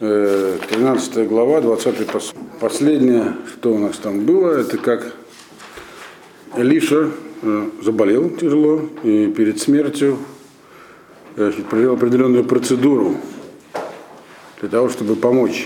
13 глава, 20 посуд. Последнее, что у нас там было, это как Элиша заболел тяжело и перед смертью провел определенную процедуру для того, чтобы помочь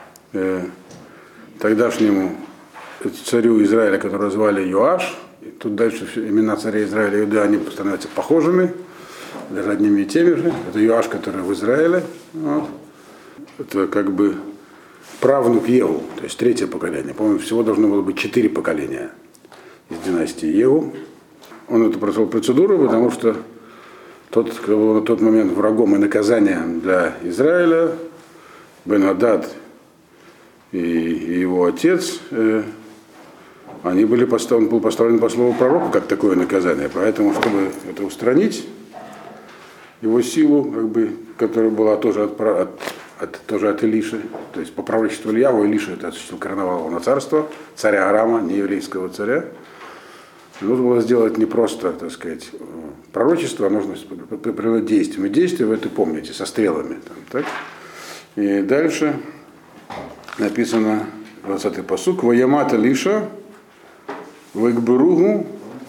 тогдашнему царю Израиля, которого звали Йоаш. И тут дальше имена царя Израиля и Иуды, они становятся похожими, даже одними и теми же. Это Йоаш, который в Израиле. Вот. Это как бы правнук Еву, то есть третье поколение. По-моему, всего должно было быть 4 поколения из династии Еву. Он это прошел процедуру, потому что тот, кто был на тот момент врагом и наказанием для Израиля, Бен-Адад и его отец, он был поставлен по слову пророка как такое наказание. Поэтому, чтобы это устранить, его силу, как бы, которая была тоже от Илиши, то есть по пророчеству Ильяву, Илиша это осуществил короновал на царство, царя Арама, не еврейского царя. Нужно было сделать не просто, так сказать, пророчество, а нужно приводить действием. И действия вы это помните, со стрелами. Там, так? И дальше написано 20-й пасук. Ваямат Илиша вэгберугу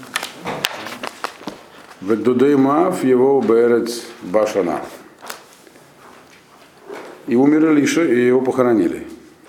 вэгдудеймаав его бэрец башана. И умер Илиша, и его похоронили.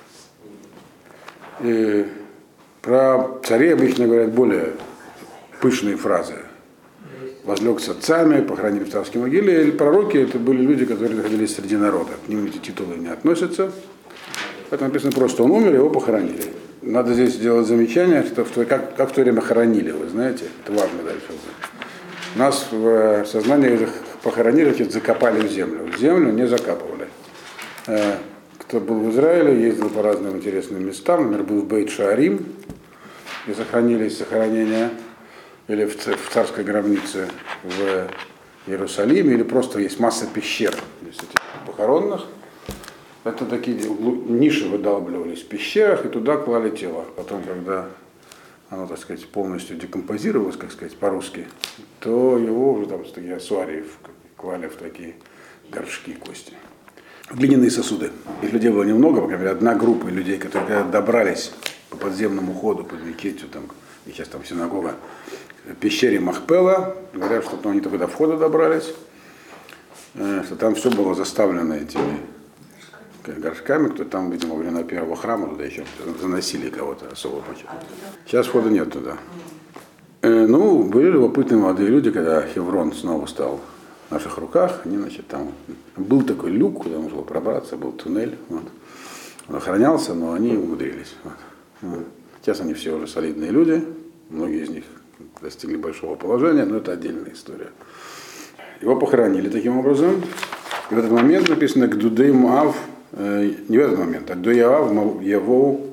И про царей обычно говорят более пышные фразы. Возлег с отцами, похоронили в царской могиле. Или пророки это были люди, которые находились среди народа. К ним эти титулы не относятся. Поэтому написано просто, он умер, его похоронили. Надо здесь сделать замечание, что как в то время хоронили, вы знаете, это важно дальше. Нас в сознании похоронили, закопали в землю. В землю не закапывали. Кто был в Израиле, ездил по разным интересным местам, например, был в Бейт-Шаарим, где сохранились захоронения, или в царской гробнице в Иерусалиме, или просто есть масса пещер здесь, этих похоронных. Это такие ниши выдалбливались в пещерах, и туда клали тело. Потом, когда оно, так сказать, полностью декомпозировалось, как сказать, по-русски, то его уже там такие асуарии клали в такие горшки кости. Глиняные сосуды. Их людей было немного, по крайней мере, одна группа людей, которые когда добрались по подземному ходу, под Микетью, там, и сейчас там синагога, в пещере Махпела, говорят, что они только до входа добрались, что там все было заставлено этими горшками, кто там, видимо, во время первого храма туда еще заносили кого-то особо почему. Сейчас входа нет туда. Были любопытные молодые люди, когда Хеврон снова стал в наших руках, они, значит, там был такой люк, куда можно было пробраться, был туннель, вот. Он охранялся, но они умудрились. Вот. Сейчас они все уже солидные люди, многие из них достигли большого положения, но это отдельная история. Его похоронили таким образом, и в этот момент написано «Гдудей Моав», не в этот момент, а «Гдудей Моав Евоу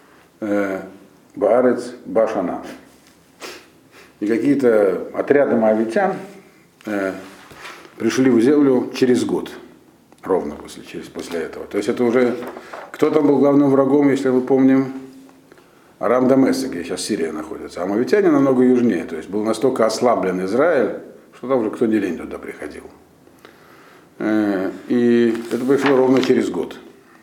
Баарец Башана». И какие-то отряды моавитян пришли в землю через год, ровно после этого. То есть это уже, кто там был главным врагом, если мы помним, Арам Дамесек, где сейчас Сирия находится. А моавитяне намного южнее, то есть был настолько ослаблен Израиль, что там уже кто ни лень туда приходил. И это пришло ровно через год.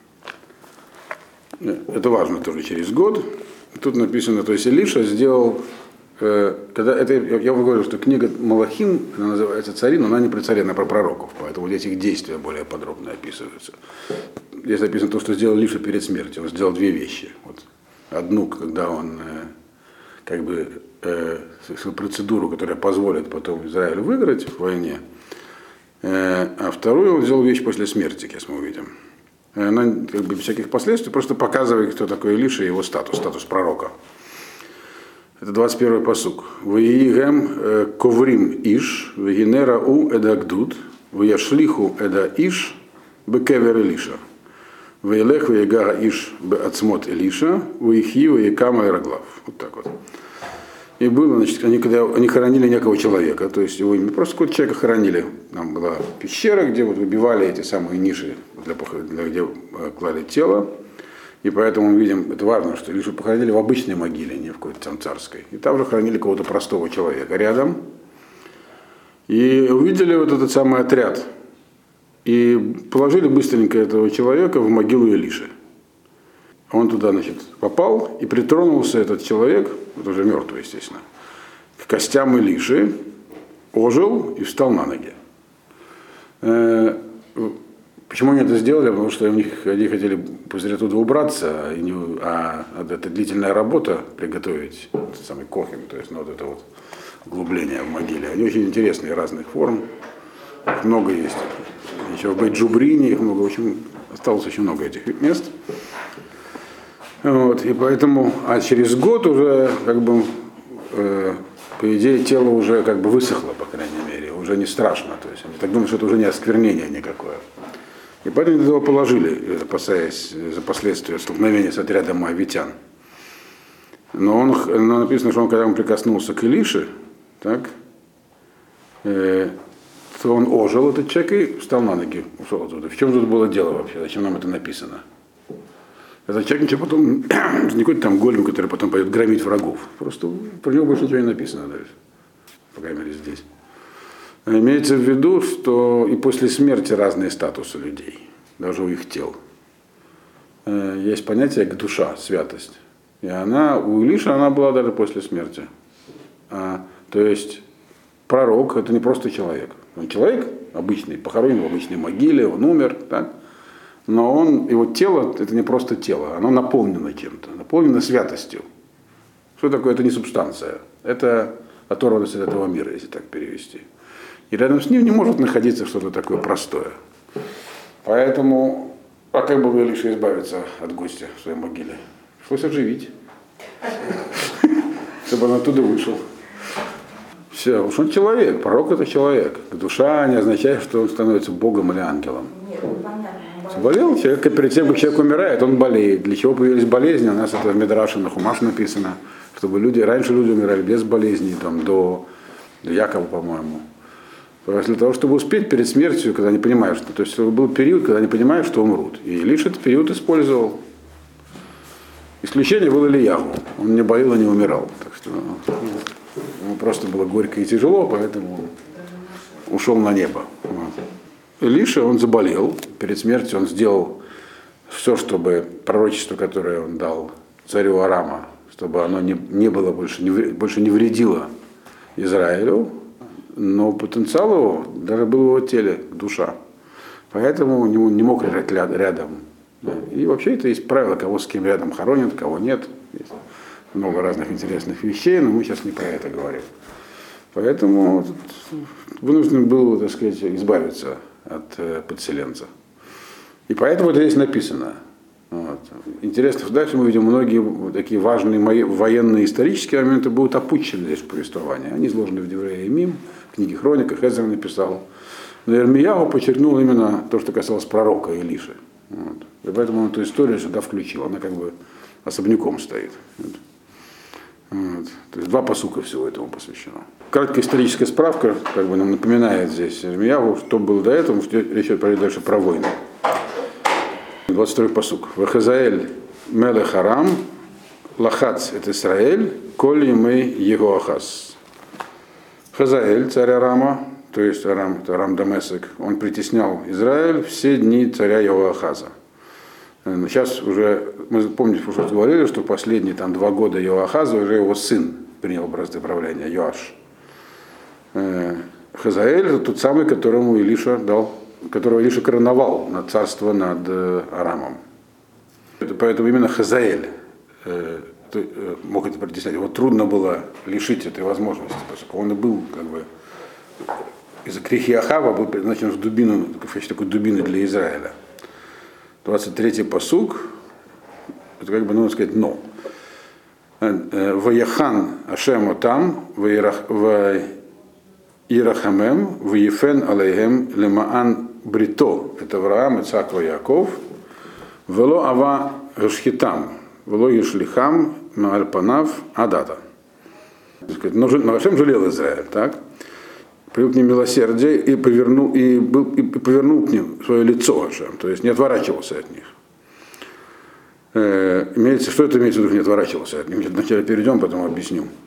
Это важно тоже, через год. Тут написано, то есть Илиша сделал. Когда это, я вам говорю, что книга Малахим, она называется «Цари», но она не про царей, она про пророков, поэтому здесь их действия более подробно описываются. Здесь написано то, что сделал Илиша перед смертью. Он сделал 2 вещи. Вот. Одну, когда он совершил процедуру, которая позволит потом Израилю выиграть в войне, а вторую он сделал вещь после смерти, сейчас мы увидим. Она без всяких последствий, просто показывает, кто такой Илиша и его статус пророка. Это 21-й пасук. «Ваиигем коврим иш, вегенера у эдагдуд, ваяшлиху эда иш, бекевер Илиша, ваилех ваигага иш беацмот Илиша, ваихи ваикама эраглав». Вот так вот. И было, значит, они хоронили некого человека, то есть его имя, просто какого-то человека хоронили. Там была пещера, где вот выбивали эти самые ниши, где клали тело. И поэтому мы видим, это важно, что Илишу похоронили в обычной могиле, не в какой-то там царской. И там же хоронили какого-то простого человека рядом. И увидели вот этот самый отряд И положили быстренько этого человека в могилу Илиши. Он туда, значит, попал, и притронулся этот человек, это уже мертвый, естественно, к костям Илиши, ожил и встал на ноги. Почему они это сделали? Потому что они хотели после оттуда убраться, а это длительная работа приготовить этот самый кохин, то есть вот это вот углубление в могиле. Они очень интересные, разных форм. Их много есть. Еще в Бейт-Джубрине их много, в общем, осталось очень много этих мест. Вот, и поэтому, а через год уже, как бы, по идее, тело уже как бы высохло, по крайней мере, уже не страшно. То есть они так думают, что это уже не осквернение никакое. И поэтому его положили, опасаясь за последствия столкновения с отрядом моавитян. Но написано, что он, когда он прикоснулся к Илише, так, то он ожил, этот человек, и встал на ноги, ушел оттуда. В чем тут было дело вообще? Зачем нам это написано? Этот человек ничего потом, не какой-то там голем, который потом пойдет громить врагов. Просто про него больше ничего не написано дальше. По крайней мере, здесь. Имеется в виду, что и после смерти разные статусы людей, даже у их тел. Есть понятие как душа, святость. И она, у Илиша она была даже после смерти. То есть пророк это не просто человек. Он человек обычный, похоронен в обычной могиле, он умер, так? Но его тело это не просто тело, оно наполнено чем-то, наполнено святостью. Что такое? Это не субстанция, это оторванность от этого мира, если так перевести. И рядом с ним не может находиться что-то такое простое. Поэтому, а как бы Илиша избавиться от гостя в своей могиле? Пришлось оживить, чтобы он оттуда вышел. Все, уж он человек, пророк это человек. Душа не означает, что он становится Богом или ангелом. Болел человек, перед тем, как человек умирает, он болеет. Для чего появились болезни? У нас это в Мидраше на Хумаш написано, чтобы раньше люди умирали без болезней, там, до Якова, по-моему. Для того, чтобы успеть перед смертью, когда не понимаешь, что, то есть был период, когда не понимаешь, что умрут. И лишь этот период использовал. Исключение был Ильяху. Он не болел и не умирал. Так что ему просто было горько и тяжело, поэтому он ушел на небо. Вот. Илиша, он заболел. Перед смертью он сделал все, чтобы пророчество, которое он дал царю Арама, чтобы оно не было больше не вредило Израилю. Но потенциал его даже был в его теле, душа. Поэтому он не мог лежать рядом. И вообще это есть правило, кого с кем рядом хоронят, кого нет. Есть много разных интересных вещей, но мы сейчас не про это говорим. Поэтому вынужден был, так сказать, избавиться от подселенца. И поэтому это здесь написано. Вот. Интересно, что дальше мы видим многие такие важные военные исторические моменты будут опущены здесь в повествовании. Они изложены в Деврея и Мим, в книге Хрониках, Эзра написал. Но Ирмияху подчеркнул именно то, что касалось пророка Илиши. Вот. И поэтому он эту историю сюда включил. Она как бы особняком стоит. Вот. То есть 2 пасука всего этому посвящено. Краткая историческая справка как бы нам напоминает здесь Ирмияху, что было до этого. Речь идет дальше про войны. 22 пасук. Вахазаэль мелех Арам лахац это Исраэль коль емей его ахас. Хазаэль, царь Арама, то есть Арам, это Арам Дамесек, он притеснял Израиль все дни царя Йоахаза. Сейчас уже, мы помните, в прошлый раз говорили, что последние 2 года Йоахаза уже его сын принял бразды правления, Йоаш. Хазаэль это тот самый, которого Илиша короновал на царство над Арамом. Поэтому именно Хазаэль мог это притеснять. Его трудно было лишить этой возможности, поскольку он и был как бы из-за грехи Ахава был предназначен в дубину, в качестве такой дубины для Израиля. 23-й пасук, это как бы, нужно сказать, но. Ваяхан Ашему там, Ирахамем, Ваефен Алейхем, Лемаан Брито, это Авраам, Ицхак, Яков, Вело Ава Гашхитам, Вело Ешлихам, Маальпанав, Адата. Но Ашем жалел Израиль, так? Привел к ним милосердие и повернул к ним свое лицо Ашем, то есть не отворачивался от них. Что это имеется в виду, не отворачивался от них? Вначале перейдем, потом объясню.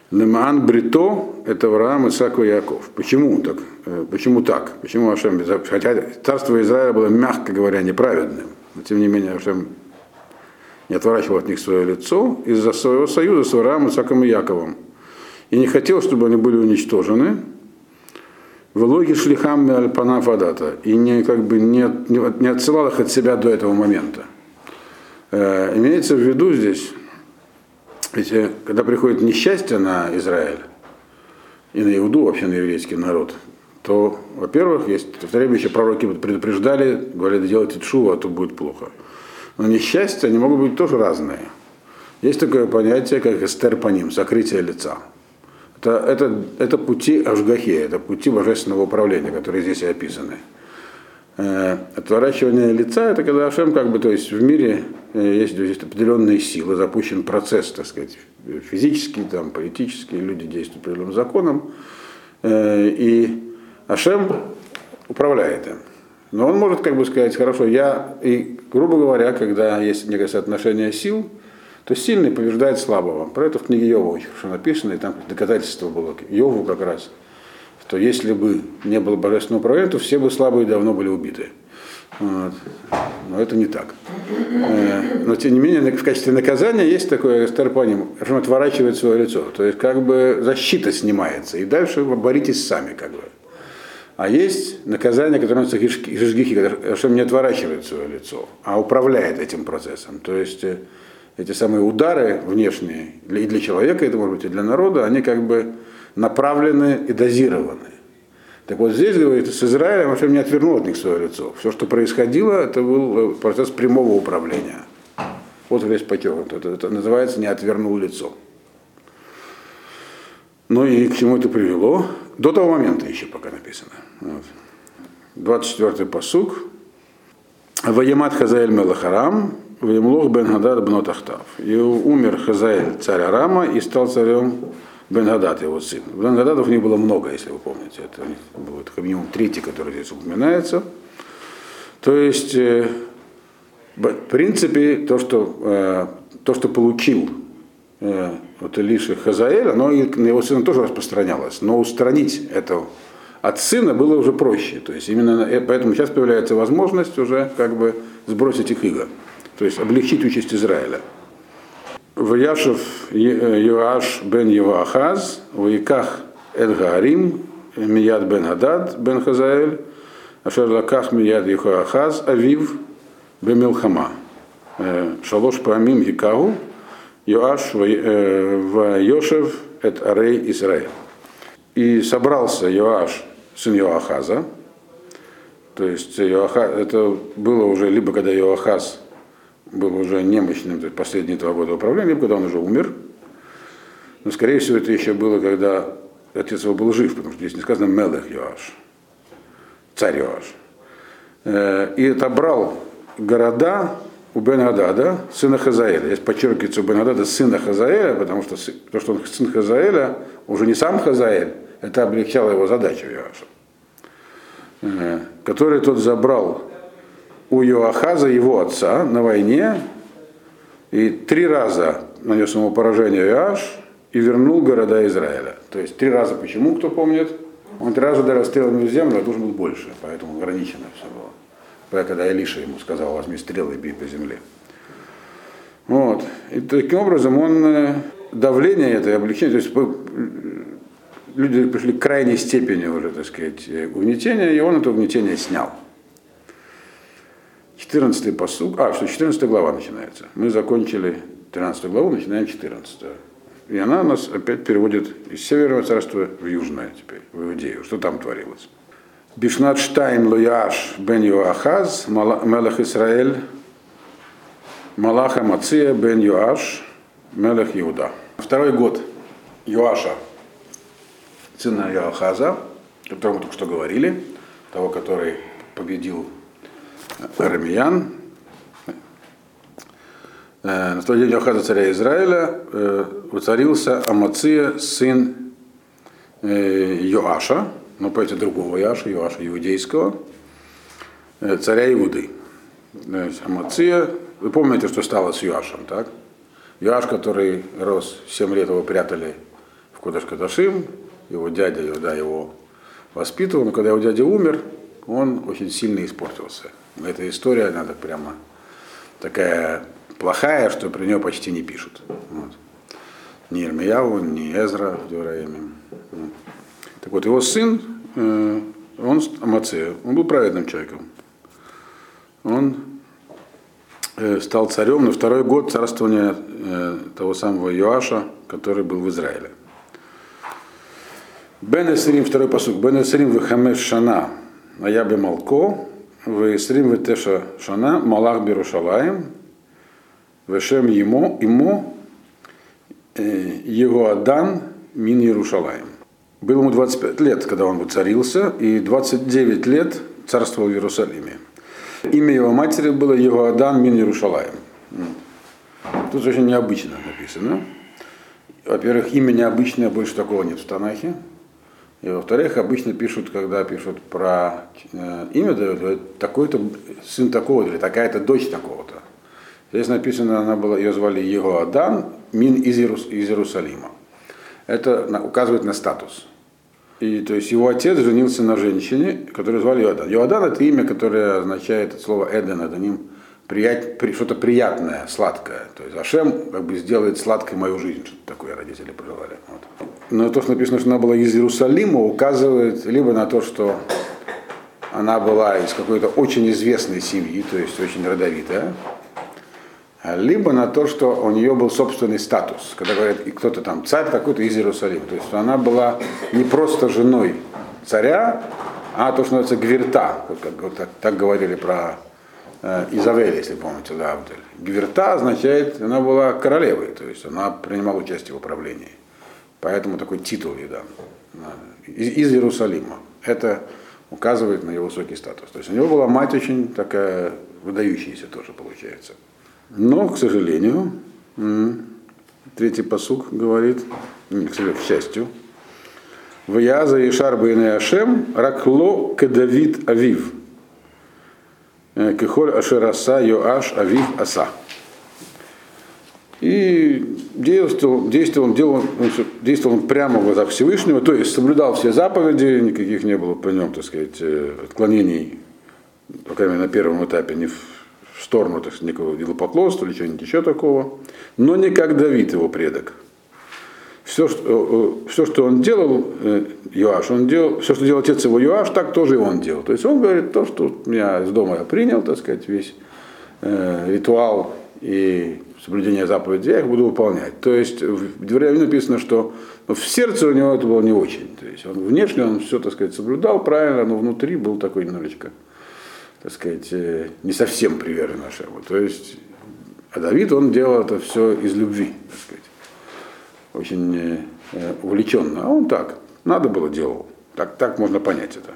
Лемаан Брито – это Авраам, Исаак и Яков. Почему так? Почему так? Почему Ашем, хотя царство Израиля было, мягко говоря, неправедным, но тем не менее Ашем не отворачивал от них свое лицо из-за своего союза с Авраамом, Исааком и Яковом. И не хотел, чтобы они были уничтожены. В логе шлихам альпана фадата. И не отсылал их от себя до этого момента. Имеется в виду здесь, ведь, когда приходит несчастье на Израиль и на Иуду, вообще на еврейский народ, то, во-первых, есть в то время еще пророки предупреждали, говорили, делайте тшуву, а то будет плохо. Но несчастья, они могут быть тоже разные. Есть такое понятие, как эстер паним, сокрытие лица. Это пути ашгахи, это пути божественного управления, которые здесь и описаны. Отворачивание лица – это когда Ашем, то есть в мире есть определенные силы, запущен процесс, так сказать, физический, политический, люди действуют определенным законом, и Ашем управляет им. Но он может сказать, хорошо, грубо говоря, когда есть некое соотношение сил, то сильный побеждает слабого. Про это в книге Йова очень хорошо написано, и там доказательство было Йову как раз, что если бы не было божественного управления, то все бы слабые давно были убиты. Вот. Но это не так. Но тем не менее, в качестве наказания есть такое эстерпаним, что он отворачивает свое лицо. То есть защита снимается, и дальше вы боритесь сами . А есть наказание, которое называется гишгихи, когда Ашем не отворачивает свое лицо, а управляет этим процессом. То есть эти самые удары внешние, и для человека, это может быть и для народа, они направлены и дозированы. Так вот здесь, говорится, с Израилем Ашем не отвернул от них свое лицо. Все, что происходило, это был процесс прямого управления. Вот весь подчеркнут. Это называется «не отвернул лицо». Ну и к чему это привело? До того момента еще пока написано. 24-й пасук. Ваямат Хазаэль Мелахарам, Ваямлох бен Гадад бнот Ахтав. И умер Хазаэль, царь Арама, и стал царем бен Гадад, его сын. Бен Гададов у них было много, если вы помните. Это было как минимум третий, который здесь упоминается. То есть, в принципе, то, что получил Илиша Хазаэль, оно и на его сына тоже распространялось. Но устранить это от сына было уже проще. То есть именно поэтому сейчас появляется возможность уже сбросить их иго. То есть облегчить участь Израиля. Ваяшев Йоаш бен Йоахаз, Ваиках Эдгаарим, Мияд бен Гадад бен Хазаэль, Ашер лаках Мияд Йоахаз, Авив бемилхама. Шалош паамим Якагу, Йоаш Вайошев эт Арей Исраэль. И собрался Йоаш, сын Йоахаза, то есть это было уже либо когда Йоахаз был уже немощным, то есть последние 2 года управления, либо когда он уже умер. Но, скорее всего, это еще было, когда отец его был жив, потому что здесь не сказано Мелех Йоаш, царь Йоаш. И отобрал города у Бен-Гадада, сына Хазаэля. Здесь подчеркивается у Бен-Гадада сына Хазаэля, потому что то, что он сын Хазаэля, уже не сам Хазаэль, это облегчало его задачу Йоаша, который тот забрал у Йоахаза, его отца, на войне, и 3 раза нанес ему поражение Йоаш и вернул города Израиля. То есть 3 раза почему, кто помнит? Он 3 раза ударил стрелами в землю, а должен был больше, поэтому ограничено все было. Когда Илиша ему сказал, возьми стрелы и бей по земле. Вот. И таким образом он давление это и облегчение, то есть люди пришли к крайней степени уже, так сказать, угнетения, и он это угнетение снял. 14-й пасук, 14 глава начинается. Мы закончили 13 главу, начинаем 14. И она нас опять переводит из Северного царства в Южное теперь, в Иудею. Что там творилось? Бишнат Штайм Лояш бен Йоахаз, Мелех Исраэль, Малаха Мация бен Йоаш, Мелех Иуда. 2-й год Йоаша, сына Йоахаза, о котором мы только что говорили, того, который победил арамеян. На тот день Йоахаза, царя Израиля, воцарился Амация, сын Йоаша, но по другого Йоаша иудейского, царя Иуды. Амация, вы помните, что стало с Йоашем, так? Йоаш, который рос 7 лет, его прятали в Кодеш Кодашим, его дядя его воспитывал, но когда его дядя умер, он очень сильно испортился. Эта история, она так прямо такая плохая, что про нее почти не пишут. Вот. Ни Ирмияу, ни Эзра в Девраиме. Так вот, его сын, он Амацея, он был праведным человеком. Он стал царем на второй год царствования того самого Йоаша, который был в Израиле. Бен Эсрим, второй пасук. Бен Эсрим вехамеш шана аябе малко, веэсрим вэтеша шана малах берушалаем, вешем имо его Адан мин Иерушалаем. Было ему 25 лет, когда он воцарился, и 29 лет царствовал в Иерусалиме. Имя его матери было Йеhoадан мин Иерушалаем. Тут очень необычно написано. Во-первых, имя необычное, больше такого нет в Танахе. И во-вторых, обычно пишут, когда пишут про имя, дают такой-то сын такого-то или такая-то дочь такого-то. Здесь написано, ее звали Йеhoадан мин из Иерусалима. Это указывает на статус. И то есть его отец женился на женщине, которую звали Йоадан. Йоадан — это имя, которое означает от слова Эден, это ним что-то приятное, сладкое. То есть Ашем как бы сделает сладкой мою жизнь, что-то такое родители пожелали. Вот. Но то, что написано, что она была из Иерусалима, указывает либо на то, что она была из какой-то очень известной семьи, то есть очень родовитая, либо на то, что у нее был собственный статус. Когда говорят, и кто-то там царь такой-то из Иерусалима. То есть она была не просто женой царя, а то, что называется гвирта. Так говорили про Изавель, если помните, да. Гвирта означает, она была королевой, то есть она принимала участие в управлении. Поэтому такой титул ей дан. Из Иерусалима. Это указывает на его высокий статус. То есть у него была мать очень такая выдающаяся тоже получается. Но, к сожалению, третий пасук говорит, к счастью, «Ваяза Ешар бейне Ашем ракло кедавид авив, кехоль ашераса Йоаш авив аса». И действовал он прямо в глазах Всевышнего, то есть соблюдал все заповеди, никаких не было при нем, так сказать, отклонений, по крайней мере, на первом этапе, не в сторону, так сказать, никакого идолопоклонства или чего-нибудь еще такого, но не как Давид, его предок. Все, что он делал, Йоаш, он делал, все, что делал отец его Йоаш, так тоже и он делал. То есть он говорит, то, что меня из дома я принял, так сказать, весь ритуал и соблюдение заповедей, я их буду выполнять. То есть в Девраиме написано, что в сердце у него это было не очень. То есть внешне он все, так сказать, соблюдал правильно, но внутри был такой немножечко, так сказать, не совсем привержен Ашему. То есть, а Давид, он делал это все из любви, так сказать, очень увлеченно. А он так, надо было делал. Так можно понять это.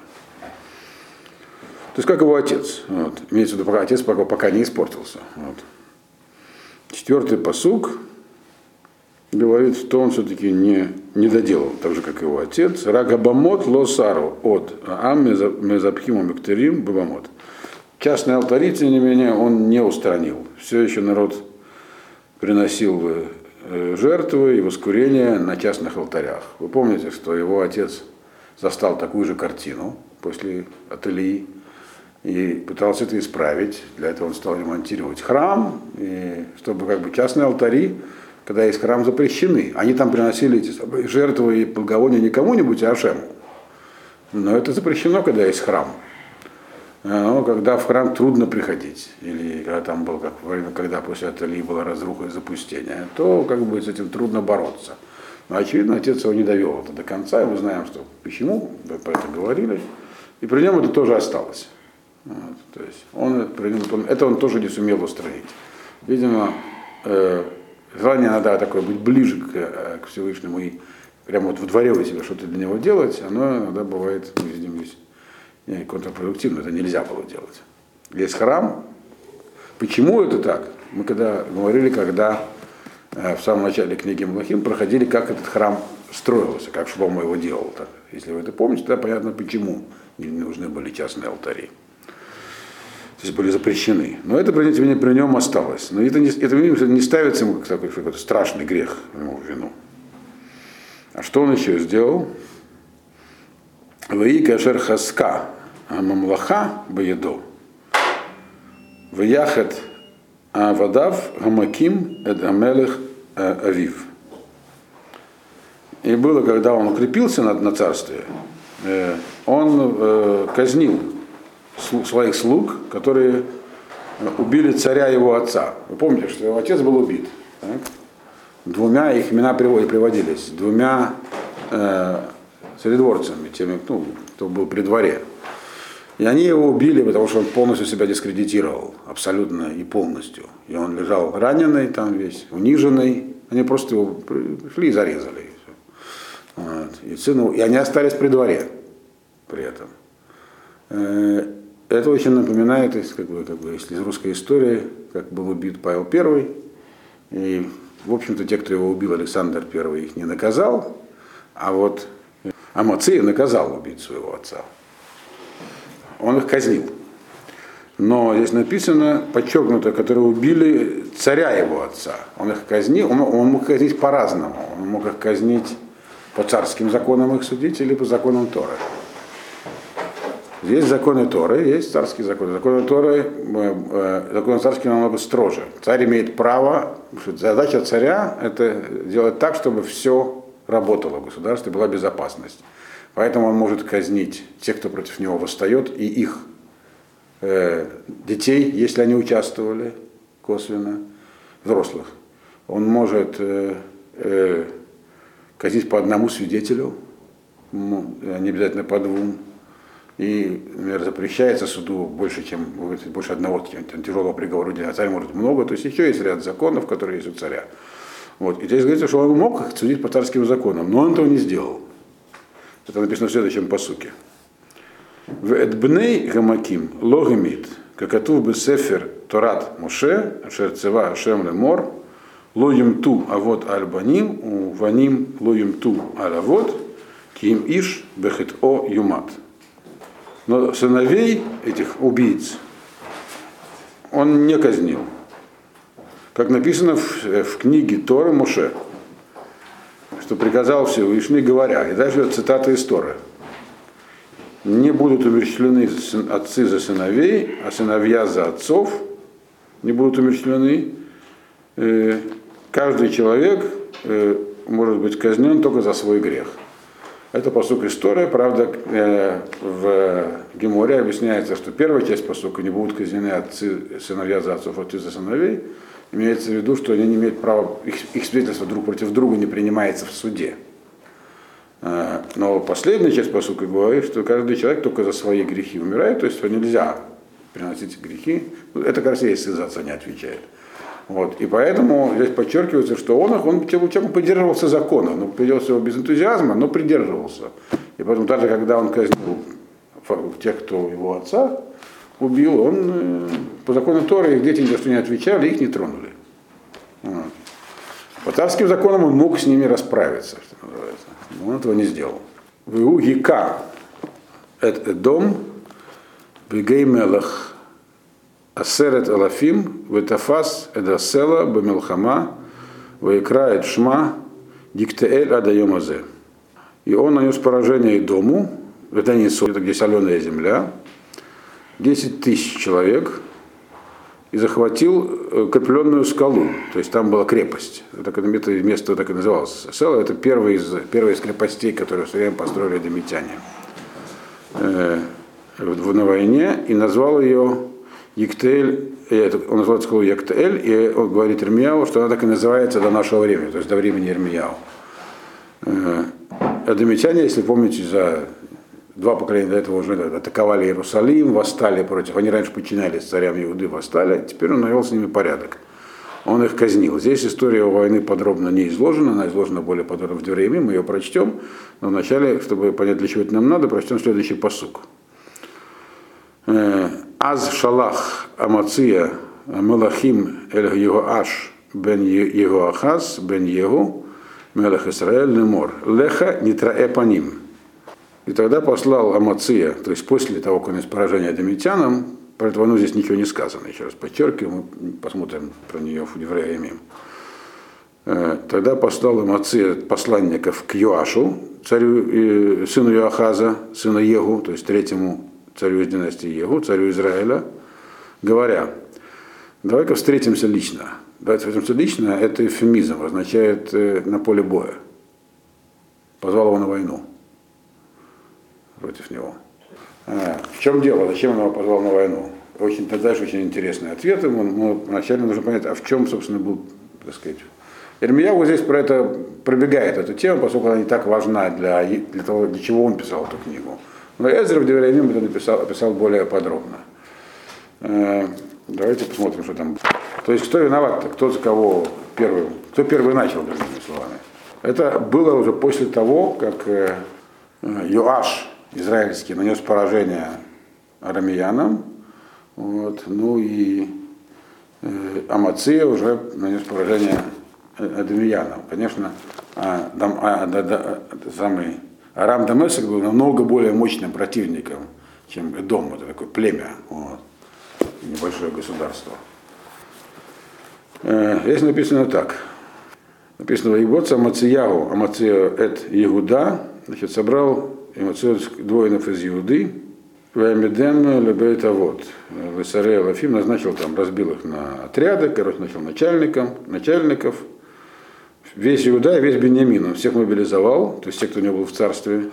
То есть, как его отец. Вот. Имеется в виду, пока отец пока не испортился. Вот. Четвертый пасук говорит, что он все-таки не доделал, так же, как его отец. Рагабамот лосару от ам мезапхиму мектерим бабамот. Частные алтари, тем не менее, он не устранил. Все еще народ приносил жертвы и воскурения на частных алтарях. Вы помните, что его отец застал такую же картину после Аталии и пытался это исправить. Для этого он стал ремонтировать храм, и чтобы как бы частные алтари, когда есть храм, запрещены. Они там приносили эти жертвы и благовония не кому-нибудь, а Ашему. Но это запрещено, когда есть храм. Но когда в храм трудно приходить, или когда там был, как время, когда после Аталии была разруха и запустение, то как бы с этим трудно бороться. Но очевидно, отец его не довел это до конца, и мы знаем, что почему, мы про это говорили, и при нем это тоже осталось. Вот, то есть это он тоже не сумел устроить. Видимо, желание иногда такое быть ближе к Всевышнему и прямо вот во дворе у себя что-то для него делать, оно иногда бывает, мы видим здесь, контрпродуктивно, это нельзя было делать. Есть храм. Почему это так? Мы когда говорили, когда в самом начале книги Мелахим проходили, как этот храм строился, как Шломо его делал. Так. Если вы это помните, тогда понятно, почему не нужны были частные алтари. То есть были запрещены. Но это при нем осталось. Но это не ставится ему как такой какой-то страшный грех ему в вину. А что он еще сделал? Ваи кашер хаска амамлаха баеду. Ваяхет авадав гамаким эд амелех авив. И было, когда он укрепился на царстве, он казнил своих слуг, которые убили царя его отца. Вы помните, что его отец был убит. Так? Двумя, их имена приводились, двумя царедворцами, теми, кто был при дворе. И они его убили, потому что он полностью себя дискредитировал, абсолютно и полностью. И он лежал раненый там весь, униженный. Они просто его пришли и зарезали. Вот. И они остались при дворе при этом. Это очень напоминает, если из русской истории, как был убит Павел I. И, в общем-то, те, кто его убил, Александр I, их не наказал, а вот Амация наказал убить своего отца. Он их казнил. Но здесь написано, подчеркнуто, которые убили царя его отца. Он их казнил, он мог казнить по-разному. Он мог их казнить по царским законам, их судить, или по законам Торы. Есть законы Торы, есть царские законы. Законы Торы, законы царские намного строже. Царь имеет право, задача царя это делать так, чтобы все работало в государстве, была безопасность. Поэтому он может казнить тех, кто против него восстает, и их детей, если они участвовали косвенно, взрослых. Он может казнить по одному свидетелю, не обязательно по двум. И, например, запрещается суду больше одного тяжелого приговора, а царь может много. То есть еще есть ряд законов, которые есть у царя. Вот. И здесь говорится, что он мог судить по царским законам, но он этого не сделал. Это написано в следующем пасуке. В Эдбней Гамаким Логемит, какатув бы сефер Торат Моше, Шерцева Ашем Лемор, Лоем ту авод альбаним, у ваним лоем ту алавод, ким иш бехет о юмат. Но сыновей этих убийц он не казнил. Как написано в книге Тора Моше, что приказал Всевышний, говоря, и дальше цитата из Торы: не будут умерщвлены отцы за сыновей, а сыновья за отцов не будут умерщвлены. Каждый человек может быть казнен только за свой грех. Это пасук история, правда, в Геморе объясняется, что первая часть пасука не будут казнены отцы, сыновья за отцов, отцы за сыновей. Имеется в виду, что они не имеют права, их свидетельство друг против друга не принимается в суде. Но последняя часть пасука говорит, что каждый человек только за свои грехи умирает, то есть что нельзя приносить грехи. Это как раз если за отца не отвечает. Вот. И поэтому здесь подчеркивается, что он человек придерживался закона, но придерживался его без энтузиазма, но придерживался. И поэтому даже когда он казнил тех, кто его отца убил, он по закону Торы их дети ни за что не отвечали, их не тронули. Вот. По царским законам он мог с ними расправиться, что называется. Но он этого не сделал. Ву гика эт дом бегей мелах Асерет Алафим, Ветафас, Эдасела, Бамелхама, Ваикрает Шма, Диктеэль Адайомазе. И он нанес поражение дому, это не соль, это где соленая земля, 10 тысяч человек, и захватил укрепленную скалу, то есть там была крепость. Это место так и называлось. Села — это первая из крепостей, которые все время построили домитяне на войне, и назвал ее Ектеэль, он называет скалу Ектеэль, и он говорит Ирмияу, что она так и называется до нашего времени, то есть до времени Ирмияу. Эдомитяне, если помните, за 2 поколения до этого уже атаковали Иерусалим, восстали против, они раньше подчинялись царям Иуды, восстали, теперь он навел с ними порядок. Он их казнил. Здесь история войны подробно не изложена, она изложена более подробно в Девреи, мы ее прочтем, но вначале, чтобы понять, для чего это нам надо, прочтем следующий пасук. Аз шалах Амация Мелахим эль Йеhoаш бен Йеhoахаз бен Йегу Мелах Исраэль Лемор Леха Нитраэ Паним. И тогда послал Амация, то есть после того, как он из поражения эдомитянам, про эту войну здесь ничего не сказано, еще раз подчеркиваю, мы посмотрим про нее в Девреи. Тогда послал Амация посланников к Йоашу, царю, сыну Йоахаза, сыну Егу, то есть третьему царю из династии Егу, царю Израиля, говоря: давай-ка встретимся лично. Давайте встретимся лично, это эвфемизм, означает на поле боя. Позвал его на войну против него. В чем дело? Зачем он его позвал на войну? Дальше очень интересный ответ ему. Но вначале нужно понять, а в чем, собственно, был, так сказать. Ирмияу здесь про это пробегает эту тему, поскольку она не так важна для того, для чего он писал эту книгу. Но Эзра в Девреямим это описал более подробно. Давайте посмотрим, что там. То есть, кто виноват, кто за кого первый, кто первый начал, другими словами. Это было уже после того, как Йоаш израильский нанес поражение арамеянам, вот, ну и Амация уже нанес поражение адамиянам. Конечно, самый Арам Дамесек был намного более мощным противником, чем Эдом, это такое племя, вот, небольшое государство. Здесь написано так. Написано: «Воеводца Амацияу, Амация эт Иуда, значит, собрал воинов из Иуды, Ваямедем Лебейтавод, Весаре Лафим, назначил там, разбил их на отряды, короче, начал начальников, весь Иуда и весь Беньямин, он всех мобилизовал, то есть те, кто не был в царстве,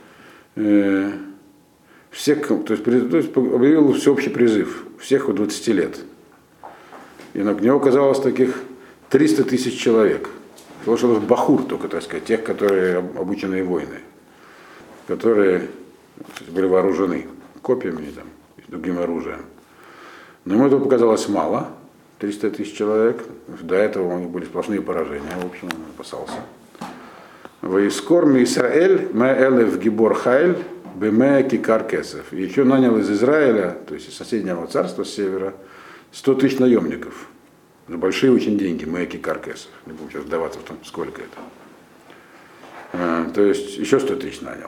всех, то есть объявил всеобщий призыв, всех от 20 лет. И на него оказалось таких 300 тысяч человек. Слышал бахур только, так сказать, тех, которые обученные воины, которые были вооружены копьями и там, и другим оружием. Но ему этого показалось мало, 300 тысяч человек. До этого у них были сплошные поражения, в общем, он опасался. «Воискор ми Исраэль, ме элев гибор хайль, беме кикар кесов». И еще нанял из Израиля, то есть из соседнего царства с севера, 100 тысяч наемников. За большие очень деньги, ме кикар кесов. Не буду сейчас вдаваться в том, сколько это. То есть еще 100 тысяч нанял.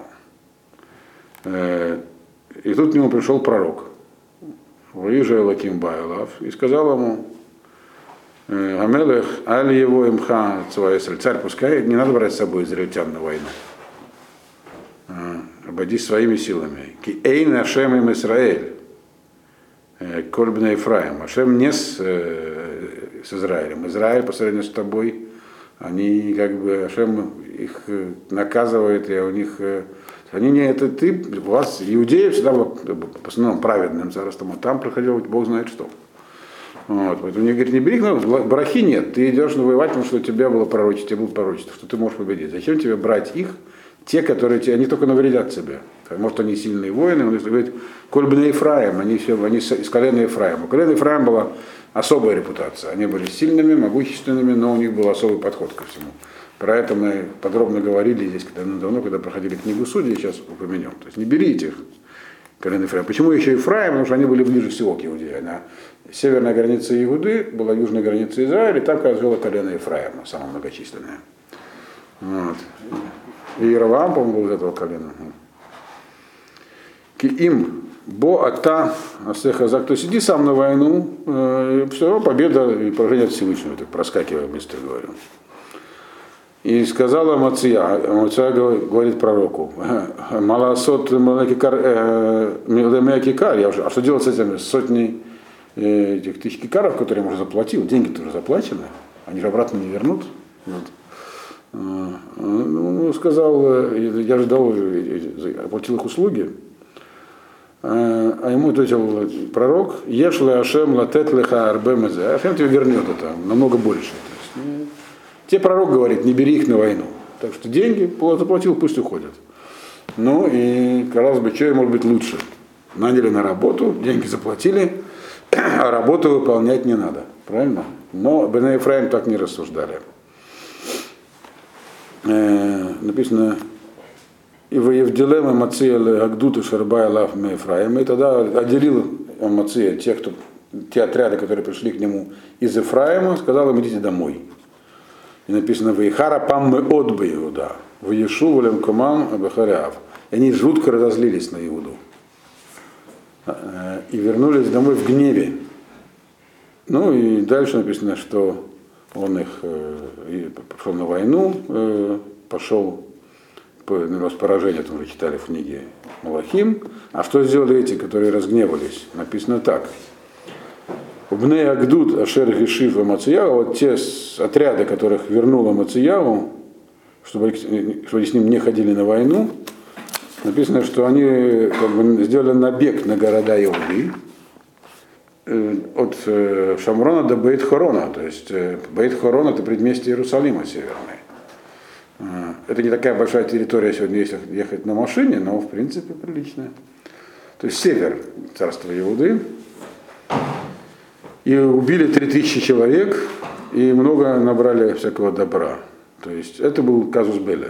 И тут к нему пришел пророк, Ваижа Элаким Байлав, и сказал ему: Амелех, аль его имха цваэсэль, царь, пускай не надо брать с собой израильтян на войну. Обойдись своими силами. Ки эйн Ашем им Исраэль, кольбна Ефраим. Ашем не с Израилем. Израиль по сравнению с тобой, они как бы, Ашем их наказывает, и у них. Они не это ты, у вас иудеев всегда было в основном праведным царством, а там проходило Бог знает что. Вот, поэтому мне говорит, не бери, но брахи нет, ты идешь воевать, потому что у тебя было пророчество, тебе будут пророчества, что ты можешь победить. Зачем тебе брать их, те, которые тебе, они только навредят себе. Может, они сильные воины, он говорит, кольбна Ефраим, они из колена Ефраима. У колена Ефраима была особая репутация, они были сильными, могущественными, но у них был особый подход ко всему. Про это мы подробно говорили здесь давно, когда проходили книгу Судей, сейчас упомянем. То есть не берите их, колено Ефраима. Почему еще Ефраим? Потому что они были ближе всего к Иудее. Северная граница Иуды была южной границей Израиля, и там как раз жило колено Ефраима, самое многочисленное. Вот. И Иераваам, по-моему, был из этого колена. Им бо ата асехазак. То есть иди сам на войну, и все равно победа и поражение от Всевышнего. Так проскакивая быстро говорю. И сказала Амация говорит пророку: Маласот Мелекикар, а что делать с этими сотней этих тысяч кикаров, которые я уже заплатил? Деньги-то уже заплачены, они же обратно не вернут. Вот. Ну, сказал, я же дал, оплатил их услуги. А ему ответил пророк: Ешли Ашем латет леха арбе мезе. Ашем тебе вернет это намного больше. Те пророк говорит, не бери их на войну. Так что деньги заплатил, пусть уходят. Ну и, казалось бы, что может быть лучше? Наняли на работу, деньги заплатили, а работу выполнять не надо. Правильно? Но Бней Ефраим так не рассуждали. Написано: и воевделем Амация Агдуту Шарбай Лав Ефраим. И тогда отделил Амация те отряды, которые пришли к нему из Ефраима, сказал им: идите домой. И написано: «Вейхара паммы отбы Иуда, веешу волем комам абахаряв». И они жутко разозлились на Иуду. И вернулись домой в гневе. Ну и дальше написано, что Он их пошел на войну, пошел с поражения, это уже читали в книге Малахим. А что сделали эти, которые разгневались? Написано так. Убней Агдуд Ашер Гешив Мацияу, вот те отряды, которых вернула Мацияу, чтобы с ним не ходили на войну, написано, что они как бы сделали набег на города Иуды от Шамрона до Бейт-Хорона, то есть Бейт-Хорон это предместье Иерусалима северное. Это не такая большая территория сегодня, если ехать на машине, но в принципе приличная. То есть север царства Иуды. И убили 3000 человек, и много набрали всякого добра. То есть это был казус белли.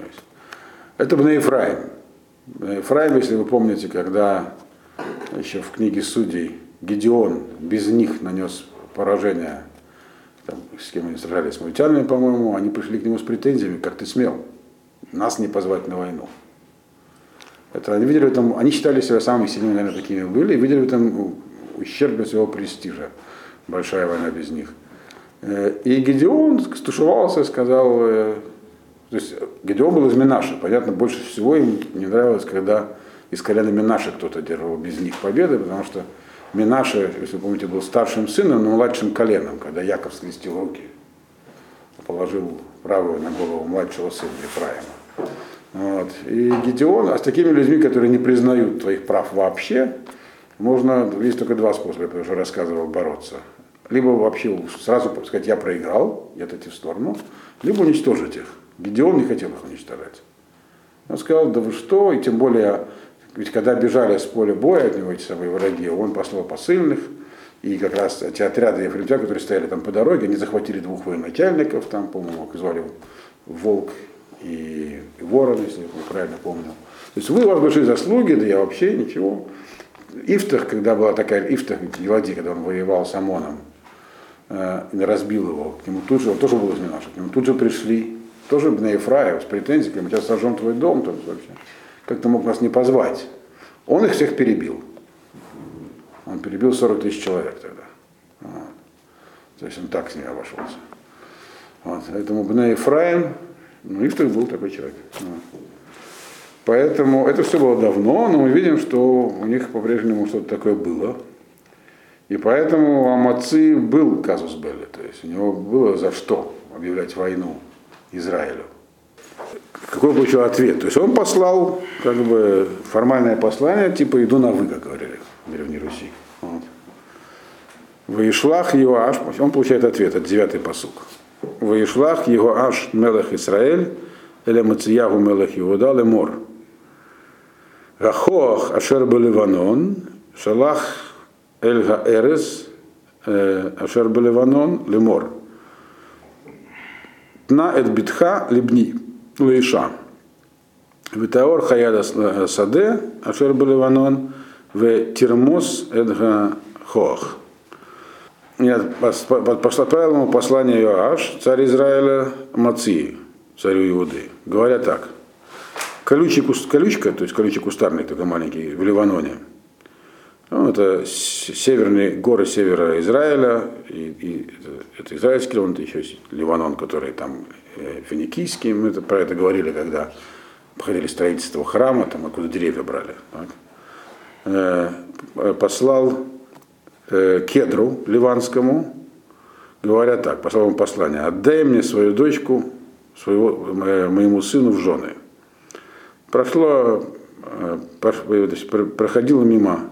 Это был Ефраим. Ефраим, если вы помните, когда еще в книге Судей Гедеон без них нанес поражение, там, с кем они сражались, с мавитянами, по-моему, они пришли к нему с претензиями, как ты смел нас не позвать на войну. Это они видели там, они считали себя самыми сильными, наверное, такими были, и видели в этом ущерб для своего престижа. Большая война без них. И Гедеон стушевался и сказал, то есть Гедеон был из Менаше, понятно, больше всего им не нравилось, когда из колена Менаше кто-то держал без них победы, потому что Менаше, если вы помните, был старшим сыном, но младшим коленом, когда Яков скрестил руки, положил правую на голову младшего сына Ефраима. Вот. И Гедеон, а с такими людьми, которые не признают твоих прав вообще, можно, есть только два способа, я уже рассказывал, бороться. Либо вообще сразу сказать, я проиграл, и отойти в сторону, либо уничтожить их. Гедеон не хотел их уничтожать. Он сказал, да вы что, и тем более, ведь когда бежали с поля боя от него эти самые враги, он послал посыльных, и как раз эти отряды ефремитян, которые стояли там по дороге, они захватили 2 военачальников, там, по-моему, звали Волк и Ворон, если я правильно помню. То есть вы, у вас большие заслуги, да я вообще ничего. Ифтах, когда была такая Ифтах, Елади, когда он воевал с Амоном, разбил его, к нему тут же, он тоже был из Менаша, к нему тут же пришли, тоже на Ефраев с претензией, мы сейчас сожжем твой дом, то есть вообще, как ты мог нас не позвать. Он их всех перебил. Он перебил 40 000 человек тогда. Вот. То есть он так с ними обошелся. Вот. Поэтому Бней Ефраим, ну Ифтах был такой человек. Вот. Поэтому это все было давно, но мы видим, что у них по-прежнему что-то такое было. И поэтому у Амаци был казус белли, то есть у него было за что объявлять войну Израилю. Какой получил ответ? То есть он послал как бы формальное послание, типа иду на вы, как говорили в Древней Руси. Вот. Ваишлах Йоаш, он получает ответ, это 9-й пасук. Ваишлах Йоаш мелех Исраэль, эле Мацияху мелех Иуда лемор. Рахоах Ашер Бе-Ливанон, Шалах Эль-Га-Эрес Ашер Бе-Ливанон лемор. Тна эт битха либни лейша. Витаор Хаяда Саде Ашер Бе-Ливанон в Тирмос эт Га-Хоах. Отправил ему послание Йоаш, царь Израиля, Амации, царю Иуды, говоря так. Колючка, то есть колючий кустарник такой маленький, в Ливаноне. Ну, это северные горы севера Израиля, и это израильский Ливан, это еще Ливанон, который там финикийский. Мы про это говорили, когда проходили строительство храма, там откуда деревья брали. Так. Послал кедру ливанскому, говоря так, послал ему послание: отдай мне свою дочку, моему сыну в жены. Проходило мимо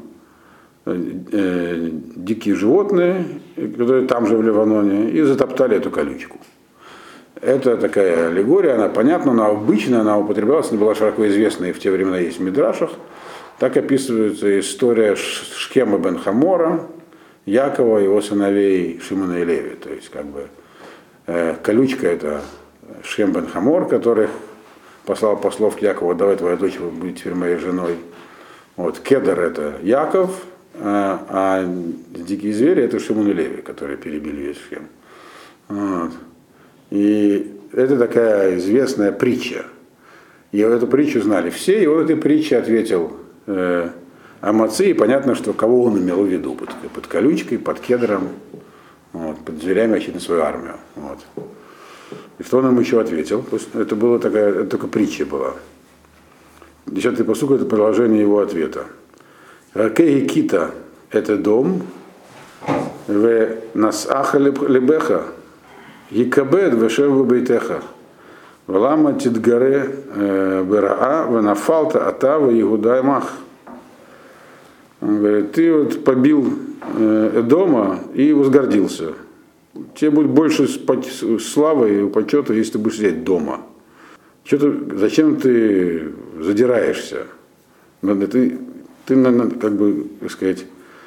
дикие животные, которые там же в Ливаноне, и затоптали эту колючку. Это такая аллегория, она понятна, но обычно она употреблялась, не была широко известна, и в те времена есть в Мидрашах. Так описывается история Шхема бен Хамора, Якова и его сыновей Шимона и Леви. То есть как бы колючка это Шхем бен Хамор, который послал послов к Якову: давай твоя дочь будет теперь моей женой. Вот, кедр это Яков, а дикие звери это Шимон и Леви, которые перебили весь Шхем. Вот. И это такая известная притча. И эту притчу знали все, и он этой притче ответил Амаци, и понятно, что кого он имел в виду, под колючкой, под кедром, вот, под дверями очевидно свою армию. Вот. И что он ему еще ответил? Это была это только притча была. 10-й пасук — это продолжение его ответа. Ракей кита — это дом, в насаха лебеха, якабед вешев бейтеха, валама тидгаре бераа, венафалта атава Иуда мах. Он говорит, ты вот побил Эдома и возгордился. Тебе будет больше славы и почета, если ты будешь сидеть дома. Зачем ты задираешься? Ты как бы, так сказать,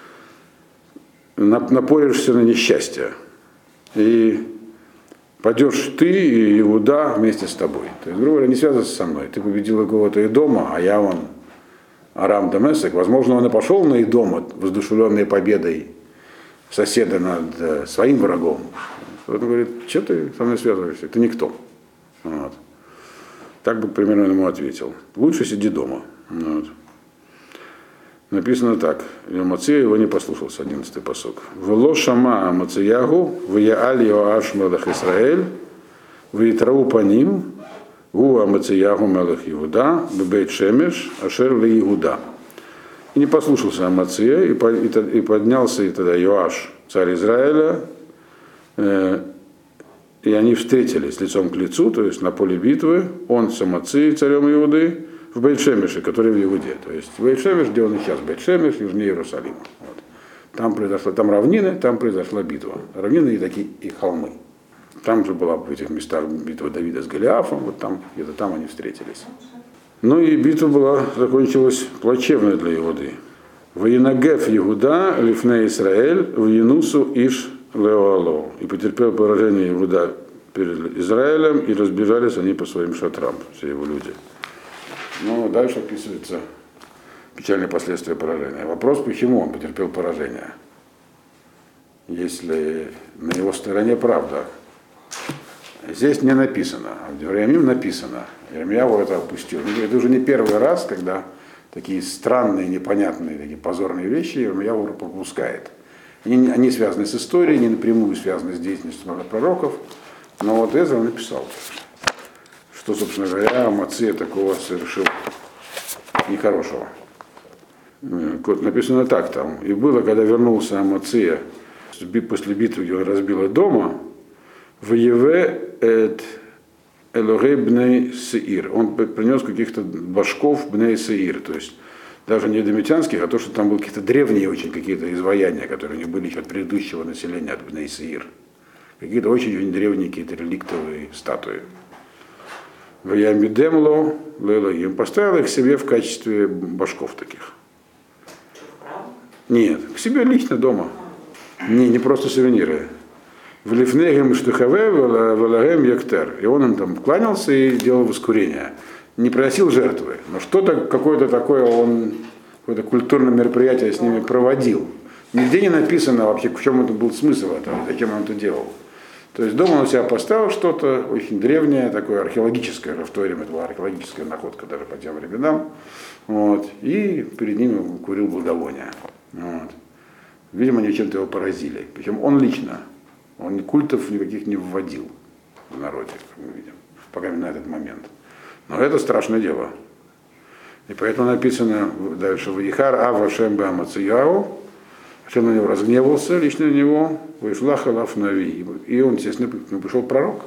напоришься на несчастье. И пойдешь ты и Иуда вместе с тобой. То есть, грубо говоря, не связывайся со мной. Ты победил какого-то Эдома, а я вон Арам Дамесек. Возможно, он и пошел на Эдома, воздушевленной победой соседа над своим врагом. Вот он говорит, что ты со мной связываешься? Ты никто. Вот. Так бы примерно ему ответил. Лучше сиди дома. Вот. Написано так. Мация его не послушался, 11-й пасук. Вело шама Мациягу, вяаль Йоаш мелех Исраэль, витрау паним, гуа Мациягу мелех Иуда, бебейт шемеш, ашер ле Иуда. И не послушался Амация, и поднялся и тогда Йоаш, царь Израиля, и они встретились лицом к лицу, то есть на поле битвы, он с Амацией, царем Иуды, в Бейт-Шемеше, который в Иуде. То есть Бейт-Шемеш, где он и сейчас, Бейт-Шемеш, южнее Иерусалима. Вот. Там равнины, там произошла битва. Равнины и такие и холмы. Там же была в этих местах битва Давида с Голиафом, вот там, где-то там они встретились. Ну и битва закончилась плачевно для Иуды. Военагеф Иуда, Лифне Исраэль, в Янусу Иш Леоало. И потерпел поражение Иуда перед Израилем, и разбежались они по своим шатрам, все его люди. Ну, дальше описывается печальные последствия поражения. Вопрос, почему он потерпел поражение, если на его стороне правда. Здесь не написано, а в Деворим написано. Ирмияу это опустил. Это уже не первый раз, когда такие странные, непонятные, такие позорные вещи Ирмияу пропускает. Они связаны с историей, не напрямую связаны с деятельностью пророков. Но вот Эзра написал, что, собственно говоря, Амация такого совершил нехорошего. Написано так там. И было, когда вернулся Амация после битвы, где он разбил дома, в Еве эт Элогей бней Сеир. Он принес каких-то башков бней Сеир, то есть даже не домитянских, а то, что там были какие-то древние очень какие-то изваяния, которые у них были еще от предыдущего населения, от бней Сеир. Какие-то очень древние какие-то реликтовые статуи. В Ямидемло Лелоим поставил их себе в качестве башков таких. Нет, к себе лично дома. Не просто сувениры. В Лифнегем Штухаве, в Яктер. И он им там кланялся и делал воскурение. Не приносил жертвы, но что-то какое-то такое он, какое-то культурное мероприятие с ними проводил. Нигде не написано вообще, в чем это был смысл этого, зачем он это делал. То есть дома он у себя поставил что-то очень древнее, такое археологическое, в то время это была археологическая находка даже по тем временам, вот, и перед ним курил благовония. Вот. Видимо, они чем-то его поразили. Причем он лично, он культов никаких не вводил в народе, как мы видим, пока на этот момент. Но это страшное дело. И поэтому написано дальше «Ваихар Ава Шем Бе Амацияу», Шем на него разгневался, лично на него, «Ваишлах Алаф Нави». И он, естественно, пришел пророк,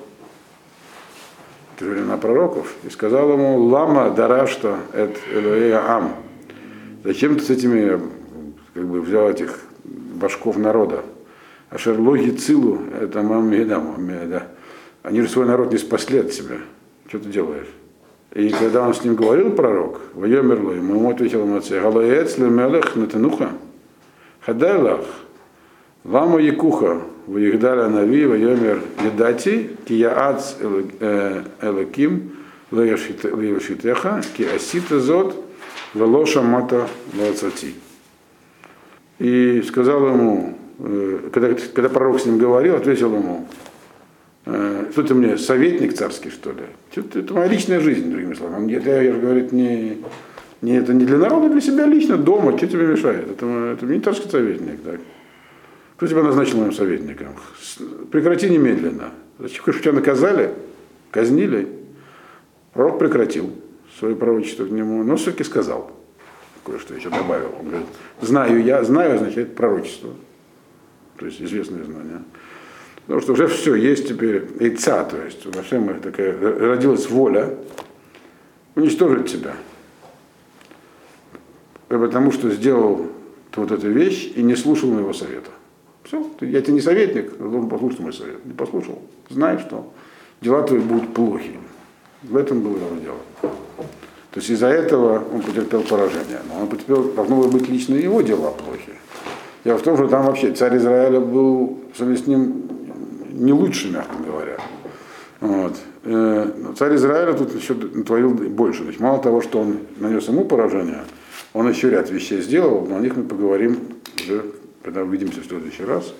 в времена пророков, и сказал ему «Лама дарашта эт Элоэя Ам». Зачем ты с этими, как бы, взял этих башков народа? Ашерлоги Цилу, это Маммедам, они же свой народ не спасли от себя. Что ты делаешь? И когда он с ним говорил, пророк, Вайомерло, ему ответил Амация, Галаэц лемелех натануха, Хадайлах, Лама Якуха, Ваигдаля Нави, Вайомер Едати, Кияац Элаким, Леяшитеха, Киасита Зод, Велоша Мата Лацати. И сказал ему, когда пророк с ним говорил, ответил ему, что ты мне, советник царский, что ли? Это моя личная жизнь, другими словами. Это, я же говорю, это не для народа, для себя лично, дома, что тебе мешает? Это не царский советник. Так. Кто тебя назначил моим советником? Прекрати немедленно. Зачем тебя наказали? Казнили? Пророк прекратил свое пророчество к нему, но все-таки сказал. Кое-что еще добавил. Он говорит, знаю означает пророчество. То есть известное знание. Потому что уже все, есть теперь яйца, то есть у Ашема такая родилась воля уничтожить тебя. Потому что сделал вот эту вещь и не слушал моего совета. Все, я тебе не советник, но должен послушать мой совет. Не послушал, знай, что дела твои будут плохи. В этом было его дело. То есть из-за этого он потерпел поражение. Но он потерпел, должно было быть лично его дела плохи. Дело в том, что там вообще царь Израиля был с ним не лучше, мягко говоря. Вот. Но царь Израиля тут еще натворил больше. Значит, мало того, что он нанес ему поражение, он еще ряд вещей сделал, но о них мы поговорим уже, когда увидимся в следующий раз.